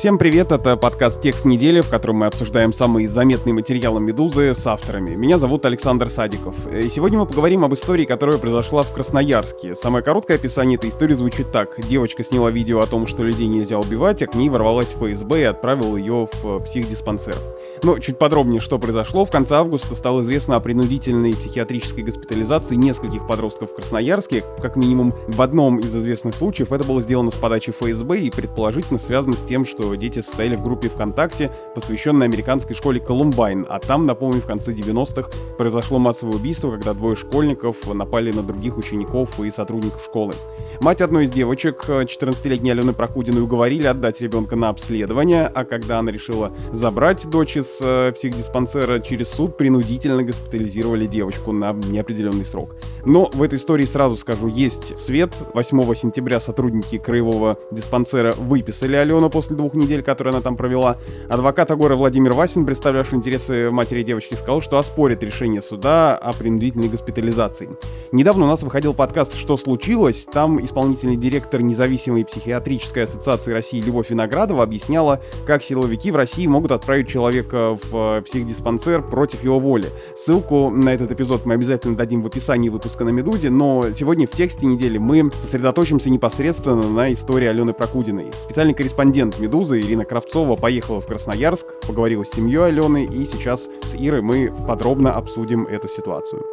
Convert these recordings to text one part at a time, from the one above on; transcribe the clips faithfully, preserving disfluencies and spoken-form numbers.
Всем привет, это подкаст «Текст недели», в котором мы обсуждаем самые заметные материалы «Медузы» с авторами. Меня зовут Александр Садиков. И сегодня мы поговорим об истории, которая произошла в Красноярске. Самое короткое описание этой истории звучит так. Девочка сняла видео о том, что людей нельзя убивать, а к ней ворвалась эф эс бэ и отправила ее в психдиспансер. Но чуть подробнее, что произошло. В конце августа стало известно о принудительной психиатрической госпитализации нескольких подростков в Красноярске. Как минимум в одном из известных случаев это было сделано с подачи эф эс бэ и предположительно связано с тем, что дети состояли в группе ВКонтакте, посвященной американской школе Колумбайн. А там, напомню, в конце девяностых произошло массовое убийство, когда двое школьников напали на других учеников и сотрудников школы. Мать одной из девочек, четырнадцатилетней Алены Прокудиной, уговорили отдать ребенка на обследование, а когда она решила забрать дочь из э, психдиспансера, через суд принудительно госпитализировали девочку на неопределенный срок. Но в этой истории, сразу скажу, есть свет. восьмого сентября сотрудники краевого диспансера выписали Алену после двух недель, которые она там провела. Адвокат Агоры Владимир Васин, представлявший интересы матери девочки, сказал, что оспорит решение суда о принудительной госпитализации. Недавно у нас выходил подкаст «Что случилось?». Там исполнительный директор независимой психиатрической ассоциации России Любовь Виноградова объясняла, как силовики в России могут отправить человека в психдиспансер против его воли. Ссылку на этот эпизод мы обязательно дадим в описании выпуска на «Медузе», но сегодня в тексте недели мы сосредоточимся непосредственно на истории Алены Прокудиной. Специальный корреспондент «Медузы» Ирина Кравцова поехала в Красноярск, поговорила с семьей Алены, и сейчас с Ирой мы подробно обсудим эту ситуацию.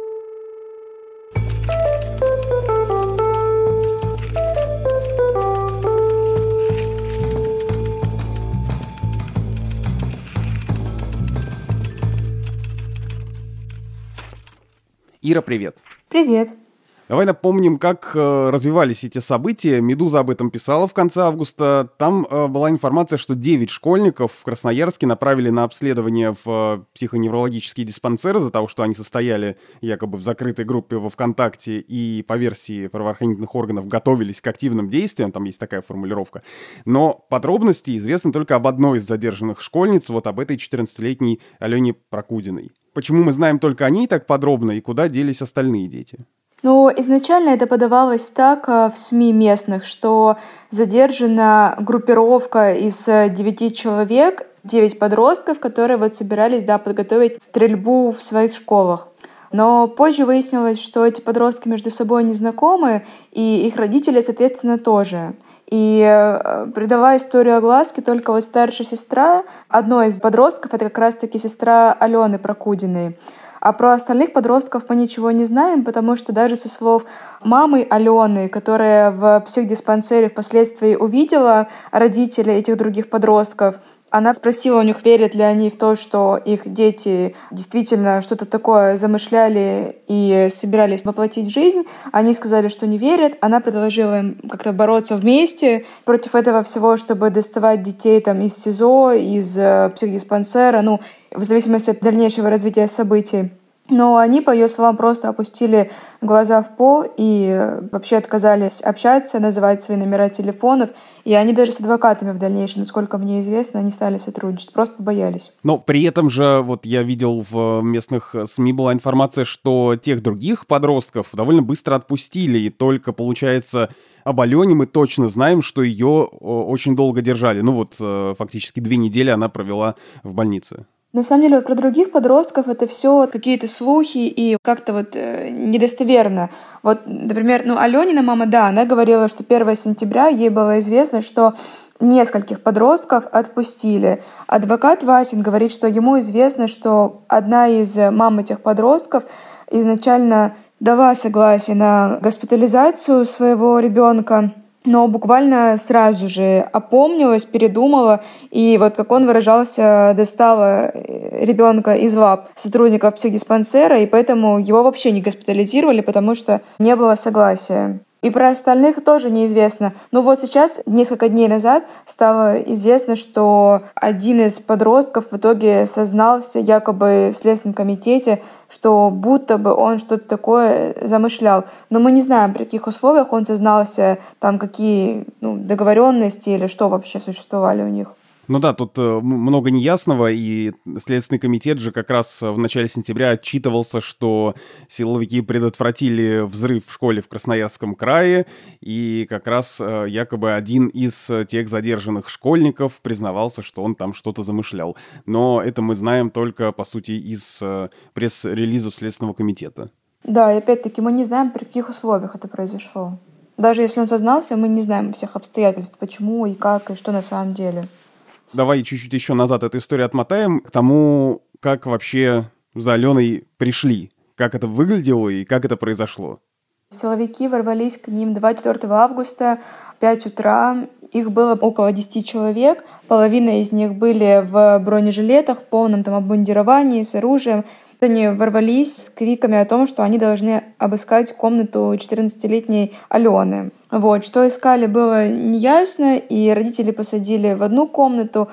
Ира, привет. Привет. Давай напомним, как э, развивались эти события. «Медуза» об этом писала в конце августа. Там э, была информация, что девять школьников в Красноярске направили на обследование в э, психоневрологические диспансеры из-за того, что они состояли якобы в закрытой группе во ВКонтакте и, по версии правоохранительных органов, готовились к активным действиям. Там есть такая формулировка. Но подробности известны только об одной из задержанных школьниц, вот об этой четырнадцатилетней Алене Прокудиной. Почему мы знаем только о ней так подробно и куда делись остальные дети? Ну, изначально это подавалось так в СМИ местных, что задержана группировка из девяти человек, девять подростков, которые вот собирались, да, подготовить стрельбу в своих школах. Но позже выяснилось, что эти подростки между собой не знакомы, и их родители, соответственно, тоже. И придала историю огласке только вот старшая сестра одной из подростков, это как раз-таки сестра Алены Прокудиной. А про остальных подростков мы ничего не знаем, потому что даже со слов мамы Алены, которая в психдиспансере впоследствии увидела родителей этих других подростков, она спросила у них, верят ли они в то, что их дети действительно что-то такое замышляли и собирались воплотить в жизнь. Они сказали, что не верят. Она предложила им как-то бороться вместе против этого всего, чтобы доставать детей там, из СИЗО, из психдиспансера, ну, в зависимости от дальнейшего развития событий. Но они, по ее словам, просто опустили глаза в пол и вообще отказались общаться, называть свои номера телефонов. И они даже с адвокатами в дальнейшем, насколько мне известно, не стали сотрудничать, просто побоялись. Но при этом же, вот я видел в местных СМИ была информация, что тех других подростков довольно быстро отпустили. И только, получается, об Алене мы точно знаем, что ее очень долго держали. Ну вот, фактически две недели она провела в больнице. На самом деле, вот про других подростков это все какие-то слухи и как-то вот э, недостоверно. Вот, например, ну, Аленина мама, да, она говорила, что первого сентября ей было известно, что нескольких подростков отпустили. Адвокат Васин говорит, что ему известно, что одна из мам этих подростков изначально дала согласие на госпитализацию своего ребенка, но буквально сразу же опомнилась, передумала, и вот, как он выражался, достала ребенка из лап сотрудников психдиспансера, и поэтому его вообще не госпитализировали, потому что не было согласия. И про остальных тоже неизвестно. Но вот сейчас, несколько дней назад, стало известно, что один из подростков в итоге сознался якобы в Следственном комитете, что будто бы он что-то такое замышлял. Но мы не знаем, при каких условиях он сознался, там какие ну, договоренности или что вообще существовали у них. Ну да, тут э, много неясного, и Следственный комитет же как раз в начале сентября отчитывался, что силовики предотвратили взрыв в школе в Красноярском крае, и как раз э, якобы один из тех задержанных школьников признавался, что он там что-то замышлял. Но это мы знаем только, по сути, из э, пресс-релизов Следственного комитета. Да, и опять-таки мы не знаем, при каких условиях это произошло. Даже если он сознался, мы не знаем всех обстоятельств, почему и как, и что на самом деле. Давай чуть-чуть еще назад эту историю отмотаем к тому, как вообще за Аленой пришли, как это выглядело и как это произошло. Силовики ворвались к ним двадцать четвёртого августа в пять утра. Их было около десяти человек. Половина из них были в бронежилетах, в полном там обмундировании, с оружием. Они ворвались с криками о том, что они должны обыскать комнату четырнадцатилетней Алены. Вот. Что искали, было неясно, и родители посадили в одну комнату,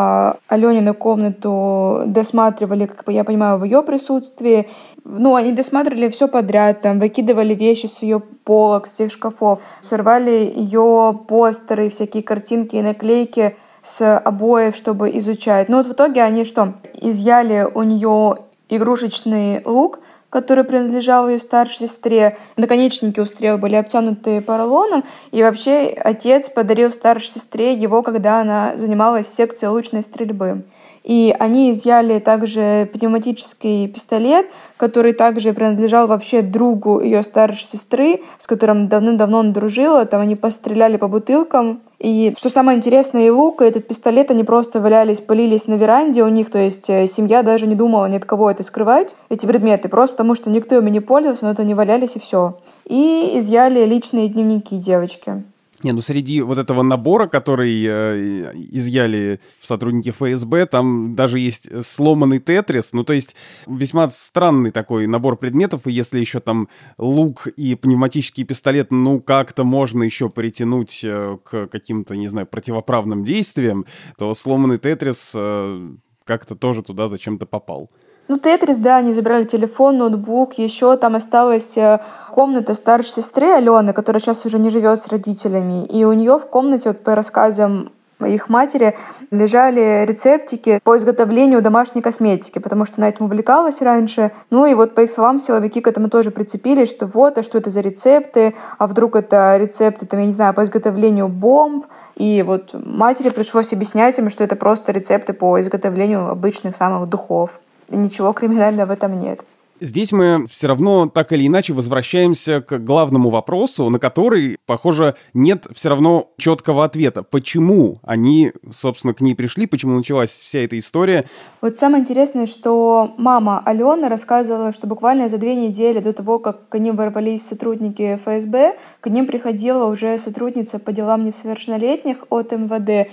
а Аленину комнату досматривали, как я понимаю, в ее присутствии. Ну, они досматривали все подряд, там, выкидывали вещи с ее полок, с всех шкафов, сорвали ее постеры, всякие картинки и наклейки с обоев, чтобы изучать. Но вот в итоге они что? Изъяли у нее игрушечный лук, который принадлежал ее старшей сестре. Наконечники у стрел были обтянуты поролоном, и вообще отец подарил старшей сестре его, когда она занималась секцией лучной стрельбы. И они изъяли также пневматический пистолет, который также принадлежал вообще другу ее старшей сестры, с которым давным-давно он дружила. Там они постреляли по бутылкам. И что самое интересное, и лук, и этот пистолет, они просто валялись, пылились на веранде у них, то есть семья даже не думала ни от кого это скрывать, эти предметы, просто потому что никто ими не пользовался, но это они валялись и все. И изъяли личные дневники девочки. Не, ну среди вот этого набора, который э, изъяли сотрудники эф эс бэ, там даже есть сломанный тетрис, ну то есть весьма странный такой набор предметов, и если еще там лук и пневматический пистолет, ну как-то можно еще притянуть э, к каким-то, не знаю, противоправным действиям, то сломанный тетрис э, как-то тоже туда зачем-то попал. Ну, Тетрис, да, они забрали телефон, ноутбук, еще там осталась комната старшей сестры Алены, которая сейчас уже не живет с родителями. И у нее в комнате, вот по рассказам их матери, лежали рецептики по изготовлению домашней косметики, потому что она этим увлекалась раньше. Ну и вот, по их словам, силовики к этому тоже прицепились, что вот, а что это за рецепты, а вдруг это рецепты, там, я не знаю, по изготовлению бомб. И вот матери пришлось объяснять им, что это просто рецепты по изготовлению обычных самых духов. Ничего криминального в этом нет. Здесь мы все равно так или иначе возвращаемся к главному вопросу, на который, похоже, нет все равно четкого ответа. Почему они, собственно, к ней пришли, почему началась вся эта история? Вот самое интересное, что мама Алены рассказывала, что буквально за две недели до того, как к ним ворвались сотрудники эф эс бэ, к ним приходила уже сотрудница по делам несовершеннолетних от эм вэ дэ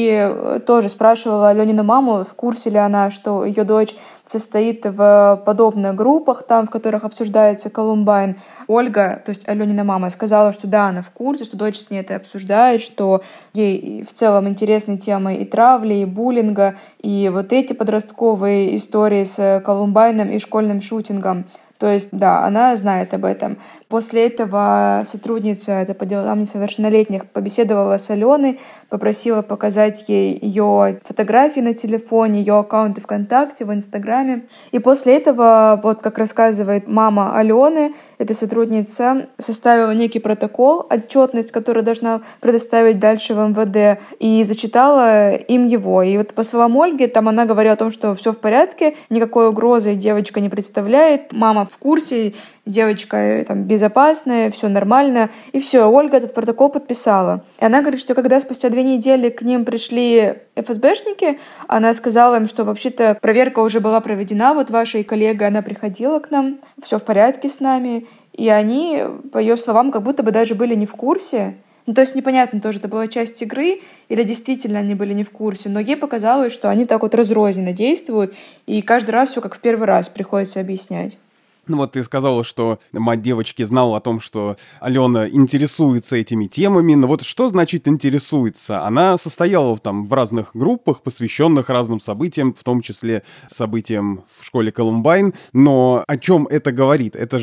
и тоже спрашивала Аленину маму, в курсе ли она, что ее дочь состоит в подобных группах, там, в которых обсуждается Колумбайн. Ольга, то есть Аленина мама, сказала, что да, она в курсе, что дочь с ней это обсуждает, что ей в целом интересны темы и травли, и буллинга, и вот эти подростковые истории с Колумбайном и школьным шутингом. То есть, да, она знает об этом. После этого сотрудница, это по делам несовершеннолетних, побеседовала с Аленой, попросила показать ей ее фотографии на телефоне, ее аккаунты ВКонтакте, в Инстаграме. И после этого, вот как рассказывает мама Алены, эта сотрудница составила некий протокол, отчетность, которую должна предоставить дальше в эм вэ дэ, и зачитала им его. И вот по словам Ольги, там она говорила о том, что все в порядке, никакой угрозы девочка не представляет, мама в курсе, девочка там безопасная, все нормально. И все, Ольга этот протокол подписала. И она говорит, что когда спустя две недели к ним пришли эф эс бэшники, она сказала им, что вообще-то проверка уже была проведена, вот ваша коллега, она приходила к нам, все в порядке с нами. И они, по ее словам, как будто бы даже были не в курсе. Ну, то есть непонятно, тоже это была часть игры, или действительно они были не в курсе, но ей показалось, что они так вот разрозненно действуют, и каждый раз все как в первый раз приходится объяснять. Ну вот ты сказала, что мать девочки знала о том, что Алена интересуется этими темами, но вот что значит интересуется? Она состояла там в разных группах, посвященных разным событиям, в том числе событиям в школе Колумбайн, но о чем это говорит? Это же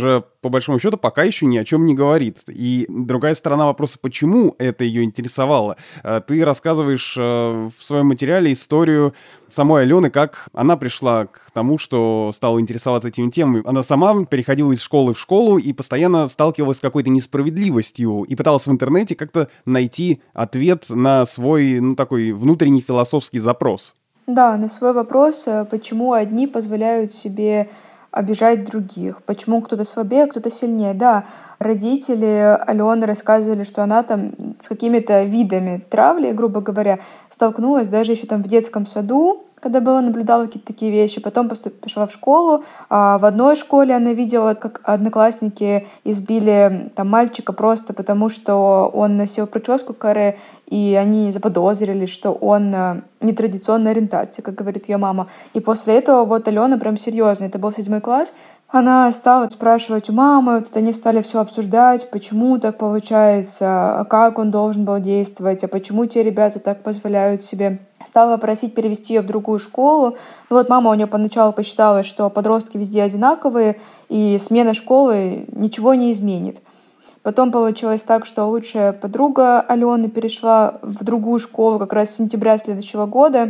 по большому счету, пока еще ни о чем не говорит. И другая сторона вопроса, почему это ее интересовало. Ты рассказываешь в своем материале историю самой Алены, как она пришла к тому, что стала интересоваться этими темами. Она сама переходила из школы в школу и постоянно сталкивалась с какой-то несправедливостью и пыталась в интернете как-то найти ответ на свой, ну, такой внутренний философский запрос. Да, на свой вопрос, почему одни позволяют себе обижать других, почему кто-то слабее, кто-то сильнее. Да, родители Алены рассказывали, что она там с какими-то видами травли, грубо говоря, столкнулась даже еще там в детском саду, когда была, наблюдала какие-то такие вещи. Потом поступ, пошла в школу. А в одной школе она видела, как одноклассники избили там мальчика просто потому, что он носил прическу каре, и они заподозрили, что он нетрадиционной ориентации, как говорит ее мама. И после этого вот Алена прям серьезно, это был седьмой класс, она стала спрашивать у мамы, вот они стали все обсуждать, почему так получается, как он должен был действовать, а почему те ребята так позволяют себе. Стала просить перевести ее в другую школу. Ну вот мама у нее поначалу посчитала, что подростки везде одинаковые, и смена школы ничего не изменит. Потом получилось так, что лучшая подруга Алены перешла в другую школу как раз с сентября следующего года.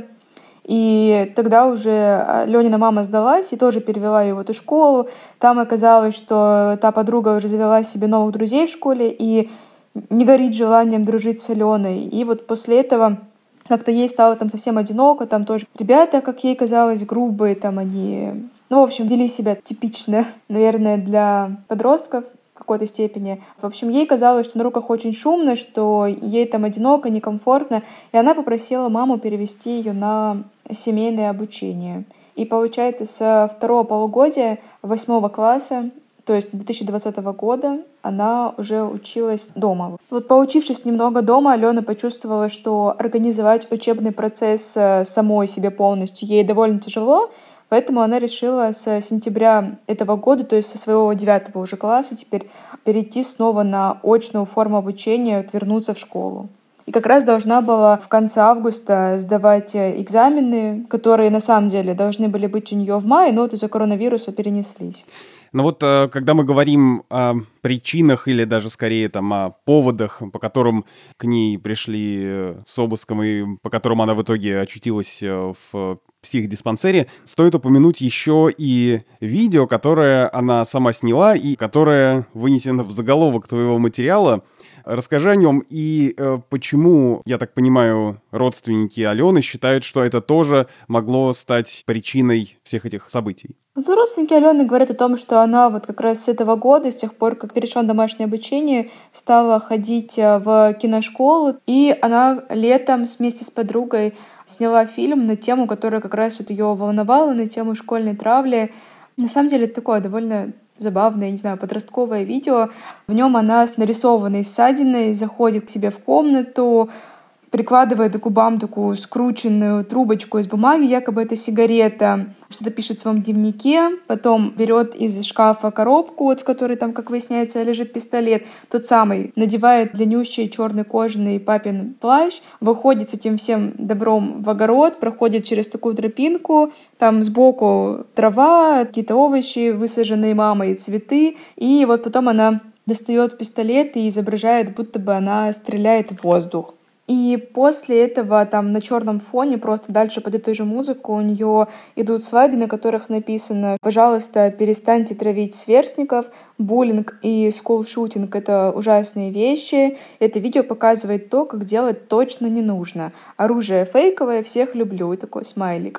И тогда уже Аленина мама сдалась и тоже перевела ее в эту школу. Там оказалось, что та подруга уже завела себе новых друзей в школе и не горит желанием дружить с Аленой. И вот после этого как-то ей стало там совсем одиноко. Там тоже ребята, как ей казалось, грубые. Там они, ну, в общем, вели себя типично, наверное, для подростков в какой-то степени. В общем, ей казалось, что на руках очень шумно, что ей там одиноко, некомфортно. И она попросила маму перевести ее на семейное обучение. И получается, со второго полугодия восьмого класса, то есть две тысячи двадцатого года, она уже училась дома. Вот поучившись немного дома, Алена почувствовала, что организовать учебный процесс самой себе полностью ей довольно тяжело, поэтому она решила с сентября этого года, то есть со своего девятого уже класса, теперь перейти снова на очную форму обучения, вернуться в школу. И как раз должна была в конце августа сдавать экзамены, которые на самом деле должны были быть у нее в мае, но вот из-за коронавируса перенеслись. Но вот когда мы говорим о причинах или даже скорее там о поводах, по которым к ней пришли с обыском и по которым она в итоге очутилась в психдиспансере, стоит упомянуть еще и видео, которое она сама сняла и которое вынесено в заголовок твоего материала. Расскажи о нем и э, почему, я так понимаю, родственники Алены считают, что это тоже могло стать причиной всех этих событий. Вот родственники Алены говорят о том, что она вот как раз с этого года, с тех пор, как перешла на домашнее обучение, стала ходить в киношколу, и она летом вместе с подругой сняла фильм на тему, которая как раз вот ее волновала, на тему школьной травли. На самом деле это такое довольно забавное, я не знаю, подростковое видео. В нем она с нарисованной ссадиной заходит к себе в комнату, прикладывает к губам такую скрученную трубочку из бумаги, якобы это сигарета, что-то пишет в своем дневнике, потом берет из шкафа коробку, вот в которой там, как выясняется, лежит пистолет, тот самый, надевает длиннющий черный кожаный папин плащ, выходит с этим всем добром в огород, проходит через такую тропинку, там сбоку трава, какие-то овощи, высаженные мамой, цветы, и вот потом она достает пистолет и изображает, будто бы она стреляет в воздух. И после этого там на черном фоне, просто дальше под эту же музыку, у нее идут слайды, на которых написано: «Пожалуйста, перестаньте травить сверстников, буллинг и скулшутинг — это ужасные вещи». Это видео показывает то, как делать точно не нужно. Оружие фейковое, всех люблю, и такой смайлик.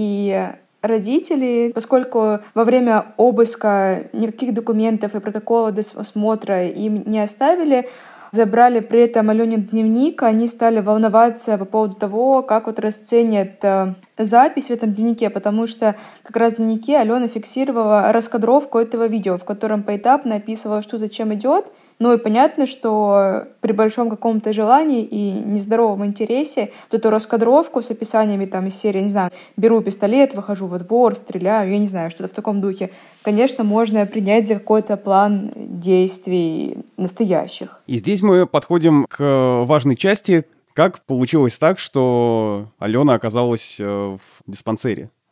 И родители, поскольку во время обыска никаких документов и протокола досмотра им не оставили, забрали при этом Аленин дневник, они стали волноваться по поводу того, как вот расценят э, запись в этом дневнике, потому что как раз в дневнике Алена фиксировала раскадровку этого видео, в котором поэтапно описывала, что зачем идет. Ну и понятно, что при большом каком-то желании и нездоровом интересе вот эту раскадровку с описаниями там из серии, не знаю, беру пистолет, выхожу во двор, стреляю, я не знаю, что-то в таком духе, конечно, можно принять за какой-то план действий настоящих. И здесь мы подходим к важной части. Как получилось так, что Алена оказалась в диспансере?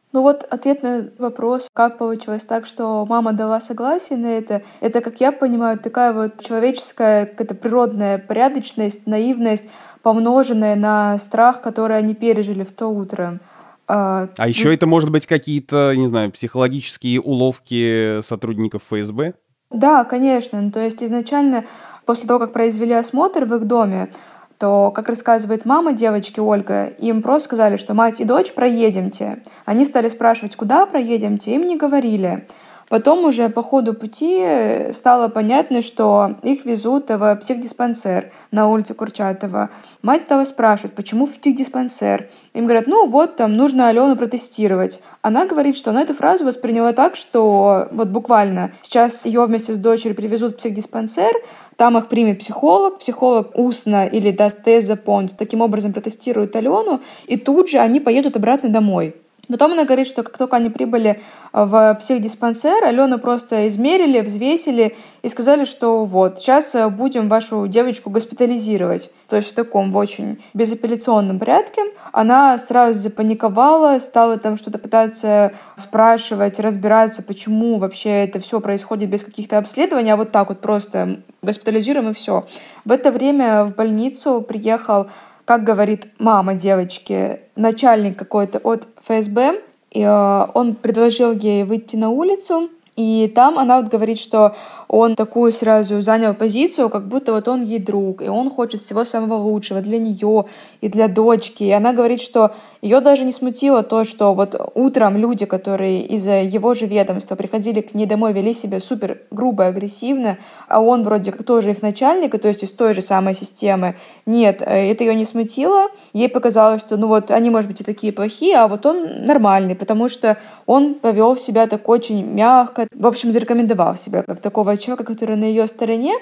Ну вот ответ на вопрос, как получилось так, что мама дала согласие на это, это, как я понимаю, такая вот человеческая, какая-то природная порядочность, наивность, помноженная на страх, который они пережили в то утро. А, а еще ну... это может быть какие-то, не знаю, психологические уловки сотрудников эф эс бэ? Да, конечно. Ну, то есть изначально, после того, как произвели осмотр в их доме, то, как рассказывает мама девочки Ольга, им просто сказали, что мать и дочь проедемте. Они стали спрашивать, куда проедемте, им не говорили. Потом уже по ходу пути стало понятно, что их везут в психдиспансер на улице Курчатова. Мать стала спрашивать, почему в психдиспансер. Им говорят, ну вот, там нужно Алену протестировать. Она говорит, что она эту фразу восприняла так, что вот буквально сейчас ее вместе с дочерью привезут в психдиспансер, там их примет психолог, психолог устно или даст тест за понт, таким образом протестирует Алену, и тут же они поедут обратно домой. Потом она говорит, что как только они прибыли в психдиспансер, Алену просто измерили, взвесили и сказали, что вот, сейчас будем вашу девочку госпитализировать. То есть в таком, в очень безапелляционном порядке. Она сразу запаниковала, стала там что-то пытаться спрашивать, разбираться, почему вообще это все происходит без каких-то обследований, а вот так вот просто госпитализируем и все. В это время в больницу приехал, как говорит мама девочки, начальник какой-то от эф эс бэ, и э, он предложил ей выйти на улицу, и там она вот говорит, что он такую сразу занял позицию, как будто вот он ей друг, и он хочет всего самого лучшего для нее и для дочки. И она говорит, что ее даже не смутило то, что вот утром люди, которые из его же ведомства приходили к ней домой, вели себя супер грубо и агрессивно, а он вроде как тоже их начальник, то есть из той же самой системы. Нет, это ее не смутило. Ей показалось, что ну вот они, может быть, и такие плохие, а вот он нормальный, потому что он повел себя так очень мягко, в общем, зарекомендовал себя как такого человека, который на ее стороне,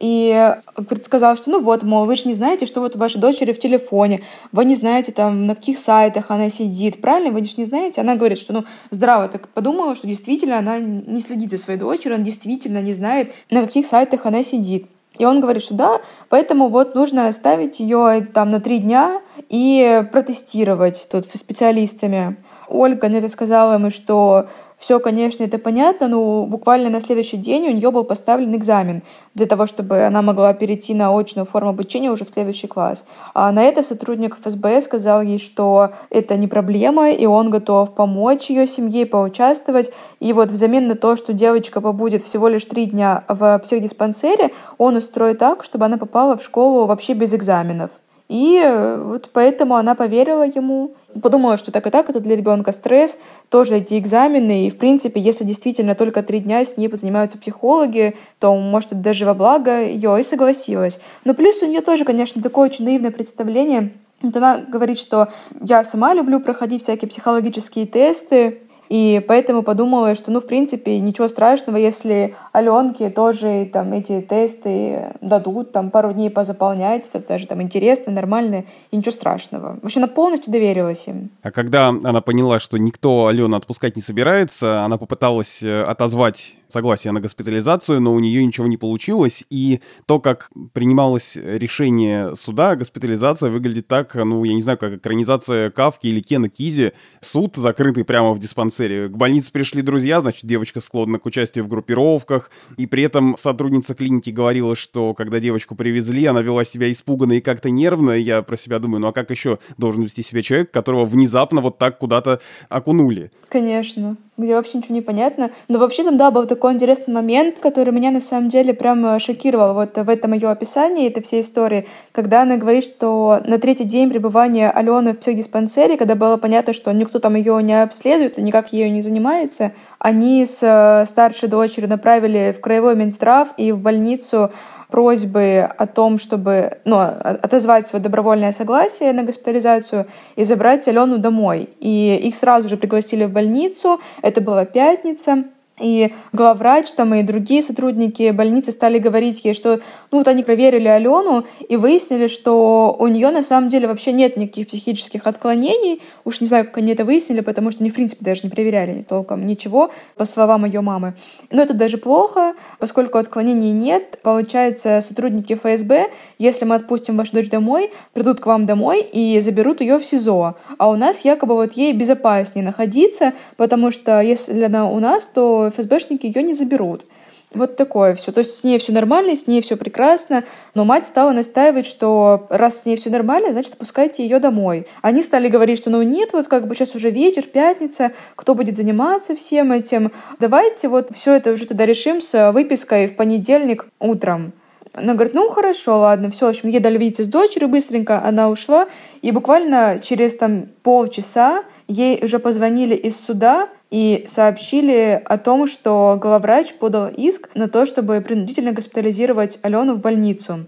и предсказал, что ну вот, мол, вы же не знаете, что вот у вашей дочери в телефоне, вы не знаете, там, на каких сайтах она сидит, правильно? Вы же не знаете? Она говорит, что ну здраво так подумала, что действительно она не следит за своей дочерью, она действительно не знает, на каких сайтах она сидит. И он говорит, что да, поэтому вот нужно оставить ее там на три дня и протестировать тут со специалистами. Ольга на это сказала ему, что все, конечно, это понятно, но буквально на следующий день у нее был поставлен экзамен для того, чтобы она могла перейти на очную форму обучения уже в следующий класс. А на это сотрудник эф эс бэ сказал ей, что это не проблема, и он готов помочь ее семье, поучаствовать. И вот взамен на то, что девочка побудет всего лишь три дня в психдиспансере, он устроит так, чтобы она попала в школу вообще без экзаменов. И вот поэтому она поверила ему, подумала, что так и так, это для ребенка стресс, тоже эти экзамены, и, в принципе, если действительно только три дня с ней занимаются психологи, то, может, это даже во благо ее, и согласилась. Но плюс у нее тоже, конечно, такое очень наивное представление. Вот она говорит, что я сама люблю проходить всякие психологические тесты, и поэтому подумала, что, ну, в принципе, ничего страшного, если Аленке тоже там эти тесты дадут, там пару дней позаполнять, это даже там интересно, нормально, и ничего страшного. В общем, она полностью доверилась им. А когда она поняла, что никто Алену отпускать не собирается, она попыталась отозвать согласие на госпитализацию, но у нее ничего не получилось, и то, как принималось решение суда, госпитализация выглядит так, ну, я не знаю, как экранизация Кафки или Кена Кизи, суд закрытый прямо в диспансере. К больнице пришли друзья, значит, девочка склонна к участию в группировках, и при этом сотрудница клиники говорила, что когда девочку привезли, она вела себя испуганно и как-то нервно, и я про себя думаю, ну а как еще должен вести себя человек, которого внезапно вот так куда-то окунули? Конечно, где вообще ничего не понятно. Но вообще там, да, был такой интересный момент, который меня на самом деле прям шокировал вот в этом ее описании, этой всей истории, когда она говорит, что на третий день пребывания Алены в психдиспансере, когда было понятно, что никто там ее не обследует и никак ею не занимается, они с старшей дочерью направили в краевой Минздрав и в больницу просьбы о том, чтобы ну, отозвать свое добровольное согласие на госпитализацию и забрать Алену домой. И их сразу же пригласили в больницу. Это была пятница. И главврач там и другие сотрудники больницы стали говорить ей, что ну вот они проверили Алену и выяснили, что у нее на самом деле вообще нет никаких психических отклонений. Уж не знаю, как они это выяснили, потому что они в принципе даже не проверяли толком ничего, по словам ее мамы. Но это даже плохо, поскольку отклонений нет. Получается, сотрудники эф эс бэ, если мы отпустим вашу дочь домой, придут к вам домой и заберут ее в СИЗО. А у нас якобы вот ей безопаснее находиться, потому что если она у нас, то эф эс бэшники ее не заберут. Вот такое все. То есть с ней все нормально, с ней все прекрасно, но мать стала настаивать, что раз с ней все нормально, значит, отпускайте ее домой. Они стали говорить, что ну нет, вот как бы сейчас уже вечер, пятница, кто будет заниматься всем этим? Давайте вот все это уже тогда решим с выпиской в понедельник утром. Она говорит, ну хорошо, ладно, все, в общем, ей дали видеться с дочерью быстренько, она ушла, и буквально через там полчаса ей уже позвонили из суда и сообщили о том, что главврач подал иск на то, чтобы принудительно госпитализировать Алену в больницу.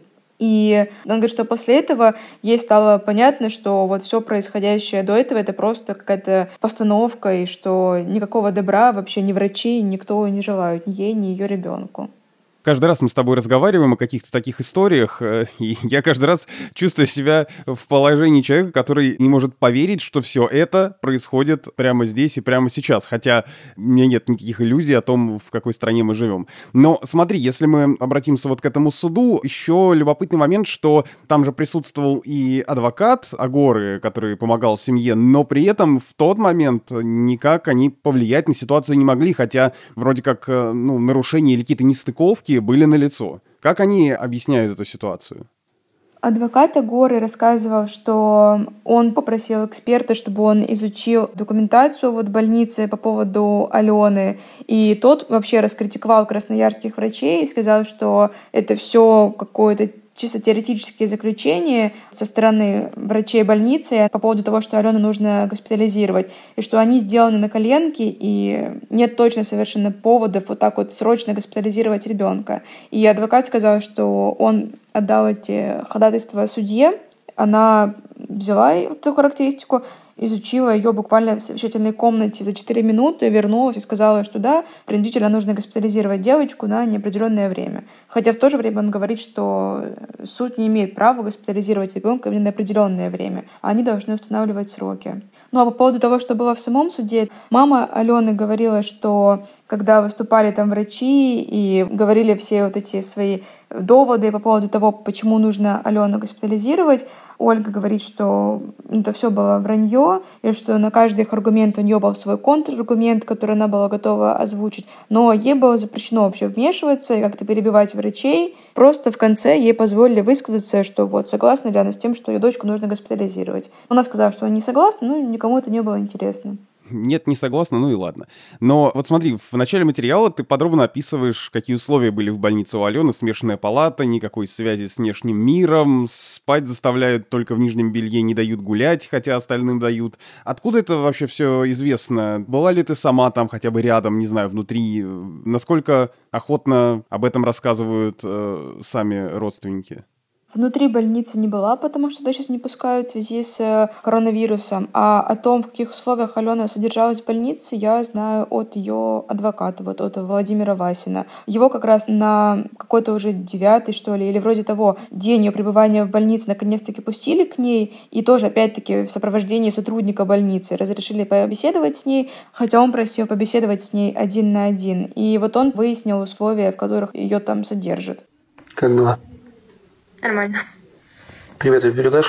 И он говорит, что после этого ей стало понятно, что вот все происходящее до этого — это просто какая-то постановка, и что никакого добра вообще ни врачи, никто не желают ни ей, ни ее ребенку. Каждый раз мы с тобой разговариваем о каких-то таких историях, и я каждый раз чувствую себя в положении человека, который не может поверить, что все это происходит прямо здесь и прямо сейчас, хотя у меня нет никаких иллюзий о том, в какой стране мы живем. Но смотри, если мы обратимся вот к этому суду, еще любопытный момент, что там же присутствовал и адвокат Агоры, который помогал семье, но при этом в тот момент никак они повлиять на ситуацию не могли, хотя вроде как ну, нарушения или какие-то нестыковки были налицо. Как они объясняют эту ситуацию? Адвокат Агоры рассказывал, что он попросил эксперта, чтобы он изучил документацию вот больницы по поводу Алены, и тот вообще раскритиковал красноярских врачей и сказал, что это все какое-то чисто теоретические заключения со стороны врачей больницы по поводу того, что Алену нужно госпитализировать, и что они сделаны на коленке, и нет точно совершенно поводов вот так вот срочно госпитализировать ребенка. И адвокат сказал, что он отдал эти ходатайства судье, она взяла эту характеристику, изучила ее буквально в совещательной комнате за четыре минуты, вернулась и сказала, что да, принудительно нужно госпитализировать девочку на неопределенное время. Хотя в то же время он говорит, что суд не имеет права госпитализировать ребенка именно на определенное время, а они должны устанавливать сроки. Ну а по поводу того, что было в самом суде, мама Алены говорила, что когда выступали там врачи и говорили все вот эти свои доводы по поводу того, почему нужно Алену госпитализировать, Ольга говорит, что это все было вранье, и что на каждый их аргумент у нее был свой контраргумент, который она была готова озвучить. Но ей было запрещено вообще вмешиваться и как-то перебивать врачей. Просто в конце ей позволили высказаться, что вот согласна ли она с тем, что ее дочку нужно госпитализировать. Она сказала, что не согласна, но никому это не было интересно. Нет, не согласна, ну и ладно. Но вот смотри, в начале материала ты подробно описываешь, какие условия были в больнице у Алены: смешанная палата, никакой связи с внешним миром, спать заставляют только в нижнем белье, не дают гулять, хотя остальным дают. Откуда это вообще все известно? Была ли ты сама там хотя бы рядом, не знаю, внутри? Насколько охотно об этом рассказывают э, сами родственники? Внутри больницы не была, потому что туда сейчас не пускают в связи с коронавирусом. А о том, в каких условиях Алена содержалась в больнице, я знаю от ее адвоката, вот от Владимира Васина. Его как раз на какой-то уже девятый, что ли, или вроде того, день ее пребывания в больнице наконец-таки пустили к ней, и тоже, опять-таки, в сопровождении сотрудника больницы разрешили побеседовать с ней, хотя он просил побеседовать с ней один на один. И вот он выяснил условия, в которых ее там содержат. Как дела? Нормально. Привет, ты передашь?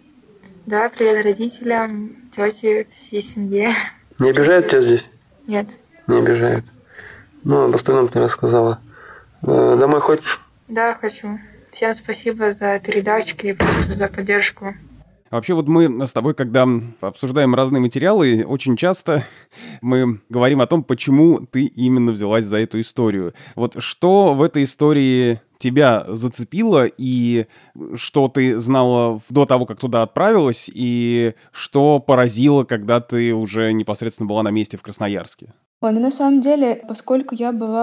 Да, привет родителям, тете, всей семье. Не обижают тебя здесь? Нет. Не обижают. Ну, об остальном ты рассказала. Э, домой хочешь? Да, хочу. Всем спасибо за передачки и просто за поддержку. Вообще вот мы с тобой, когда обсуждаем разные материалы, очень часто мы говорим о том, почему ты именно взялась за эту историю. Вот что в этой истории тебя зацепило, и что ты знала до того, как туда отправилась, и что поразило, когда ты уже непосредственно была на месте в Красноярске? Ой, ну на самом деле, поскольку я была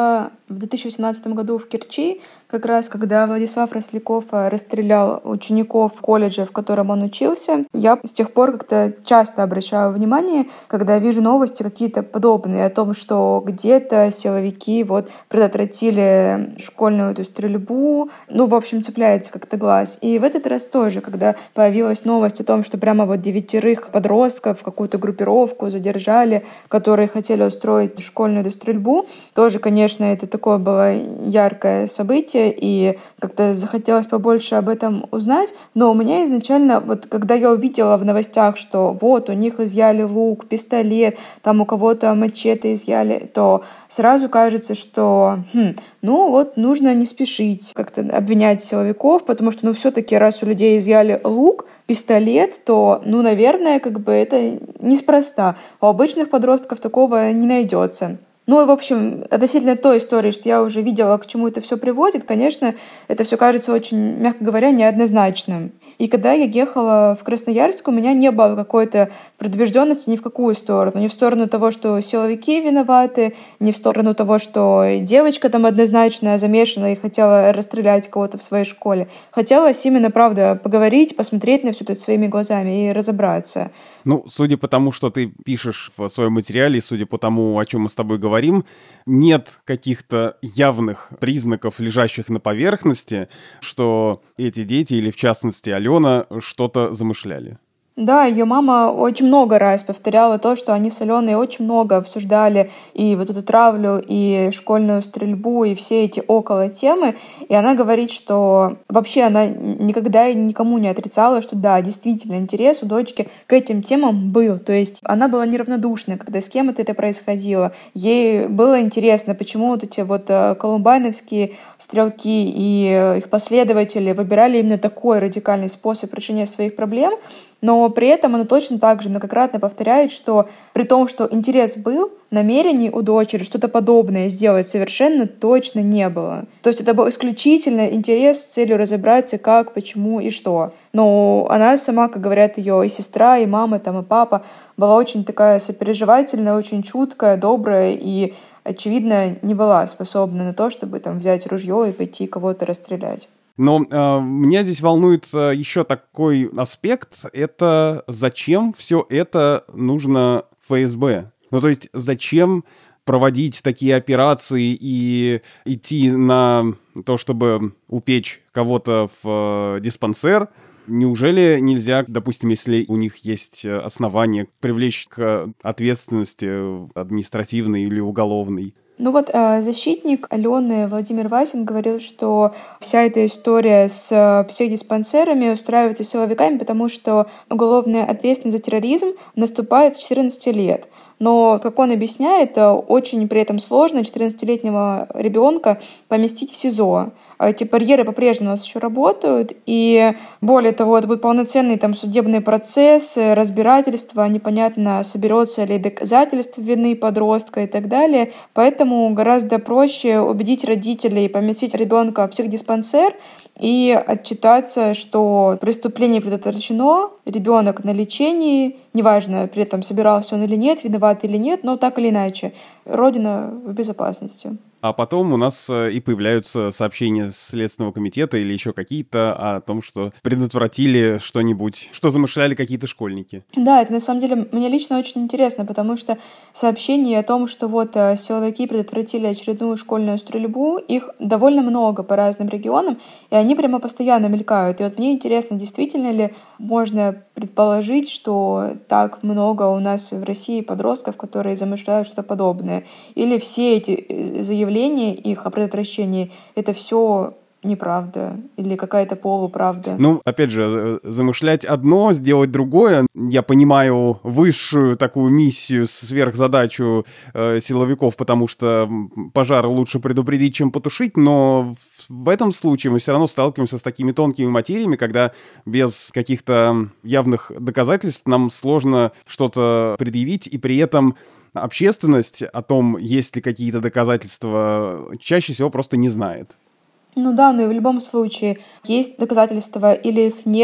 в две тысячи восемнадцатом году в Керчи, как раз когда Владислав Росляков расстрелял учеников колледжа, в котором он учился. Я с тех пор как-то часто обращаю внимание, когда вижу новости какие-то подобные о том, что где-то силовики вот предотвратили школьную эту стрельбу. Ну, в общем, цепляется как-то глаз. И в этот раз тоже, когда появилась новость о том, что прямо вот девятерых подростков, какую-то группировку задержали, которые хотели устроить школьную эту стрельбу, тоже, конечно, это такое было яркое событие, и как-то захотелось побольше об этом узнать. Но у меня изначально, вот когда я увидела в новостях, что вот у них изъяли лук, пистолет, там у кого-то мачете изъяли, то сразу кажется, что хм, ну вот нужно не спешить как-то обвинять силовиков, потому что ну все-таки раз у людей изъяли лук, пистолет, то, ну, наверное, как бы это неспроста. У обычных подростков такого не найдется. Ну и, в общем, относительно той истории, что я уже видела, к чему это все приводит, конечно, это все кажется очень, мягко говоря, неоднозначным. И когда я ехала в Красноярск, у меня не было какой-то предубежденности ни в какую сторону. Ни в сторону того, что силовики виноваты, ни в сторону того, что девочка там однозначно замешана и хотела расстрелять кого-то в своей школе. Хотелось именно, правда, поговорить, посмотреть на все это своими глазами и разобраться. Ну, судя по тому, что ты пишешь в своем материале, судя по тому, о чем мы с тобой говорим, нет каких-то явных признаков, лежащих на поверхности, что эти дети, или в частности Алена, что-то замышляли. Да, ее мама очень много раз повторяла то, что они с Аленой очень много обсуждали и вот эту травлю, и школьную стрельбу, и все эти около темы. И она говорит, что вообще она никогда и никому не отрицала, что да, действительно, интерес у дочки к этим темам был. То есть она была неравнодушна, когда с кем-то это происходило. Ей было интересно, почему вот эти вот колумбайновские стрелки и их последователи выбирали именно такой радикальный способ решения своих проблем. Но при этом она точно так же многократно повторяет, что при том, что интерес был, намерений у дочери что-то подобное сделать совершенно точно не было. То есть это был исключительно интерес с целью разобраться, как, почему и что. Но она сама, как говорят ее и сестра, и мама, там, и папа, была очень такая сопереживательная, очень чуткая, добрая и, очевидно, не была способна на то, чтобы там взять ружье и пойти кого-то расстрелять. Но э, меня здесь волнует э, еще такой аспект, это зачем все это нужно эф эс бэ? Ну, то есть зачем проводить такие операции и идти на то, чтобы упечь кого-то в э, диспансер? Неужели нельзя, допустим, если у них есть основания, привлечь к ответственности административной или уголовной? Ну вот э, защитник Алены Владимир Васин говорил, что вся эта история с э, психдиспансерами устраивается силовиками, потому что уголовная ответственность за терроризм наступает с четырнадцати лет. Но, как он объясняет, очень при этом сложно четырнадцатилетнего ребенка поместить в СИЗО. Эти барьеры по-прежнему у нас еще работают, и более того, это будет полноценный там судебный процесс, разбирательство, непонятно, соберется ли доказательство вины подростка и так далее. Поэтому гораздо проще убедить родителей поместить ребенка в психдиспансер и отчитаться, что преступление предотвращено, ребенок на лечении, неважно, при этом собирался он или нет, виноват или нет, но так или иначе, Родина в безопасности. А потом у нас и появляются сообщения Следственного комитета или еще какие-то о том, что предотвратили что-нибудь, что замышляли какие-то школьники. Да, это на самом деле мне лично очень интересно, потому что сообщений о том, что вот силовики предотвратили очередную школьную стрельбу, их довольно много по разным регионам, и они прямо постоянно мелькают. И вот мне интересно, действительно ли можно предположить, что так много у нас в России подростков, которые замышляют что-то подобное, или все эти заявления их о предотвращении — это все неправда или какая-то полуправда. Ну, опять же, замышлять одно, сделать другое. Я понимаю высшую такую миссию, сверхзадачу э, силовиков, потому что пожар лучше предупредить, чем потушить, но в этом случае мы все равно сталкиваемся с такими тонкими материями, когда без каких-то явных доказательств нам сложно что-то предъявить, и при этом общественность о том, есть ли какие-то доказательства, чаще всего просто не знает. Ну да, но и в любом случае, есть доказательства или их нет,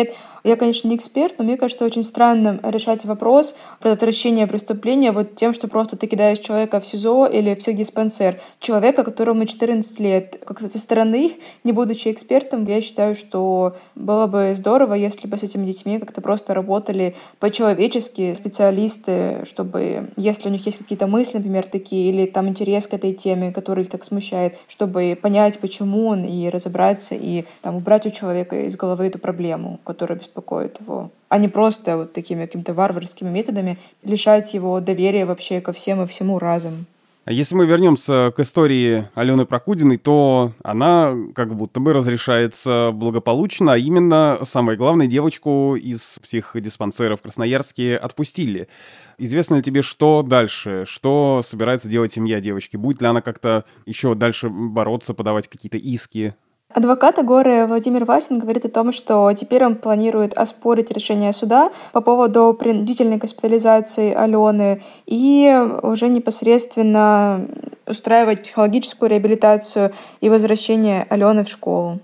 Я, конечно, не эксперт, но мне кажется очень странным решать вопрос предотвращения преступления вот тем, что просто ты кидаешь человека в СИЗО или в психдиспансер. Человека, которому четырнадцать лет. Как-то со стороны, не будучи экспертом, я считаю, что было бы здорово, если бы с этими детьми как-то просто работали по-человечески специалисты, чтобы, если у них есть какие-то мысли, например, такие, или там интерес к этой теме, который их так смущает, чтобы понять, почему он, и разобраться, и там убрать у человека из головы эту проблему, которая беспокоит его, а не просто вот такими какими-то варварскими методами лишать его доверия вообще ко всем и всему разом. А если мы вернемся к истории Алены Прокудиной, то она как будто бы разрешается благополучно, а именно, самое главное, девочку из психдиспансера в Красноярске отпустили. Известно ли тебе, что дальше? Что собирается делать семья девочки? Будет ли она как-то еще дальше бороться, подавать какие-то иски? Адвокат Агоры Владимир Васин говорит о том, что теперь он планирует оспорить решение суда по поводу принудительной госпитализации Алены и уже непосредственно устраивать психологическую реабилитацию и возвращение Алены в школу.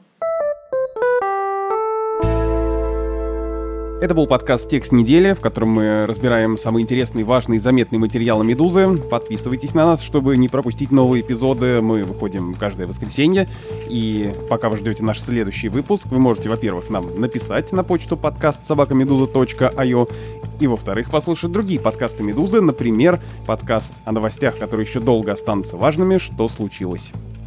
Это был подкаст «Текст недели», в котором мы разбираем самые интересные, важные и заметные материалы «Медузы». Подписывайтесь на нас, чтобы не пропустить новые эпизоды. Мы выходим каждое воскресенье. И пока вы ждете наш следующий выпуск, вы можете, во-первых, нам написать на почту подкаст собака медуза точка ай о, и, во-вторых, послушать другие подкасты «Медузы», например, подкаст о новостях, которые еще долго останутся важными «Что случилось?».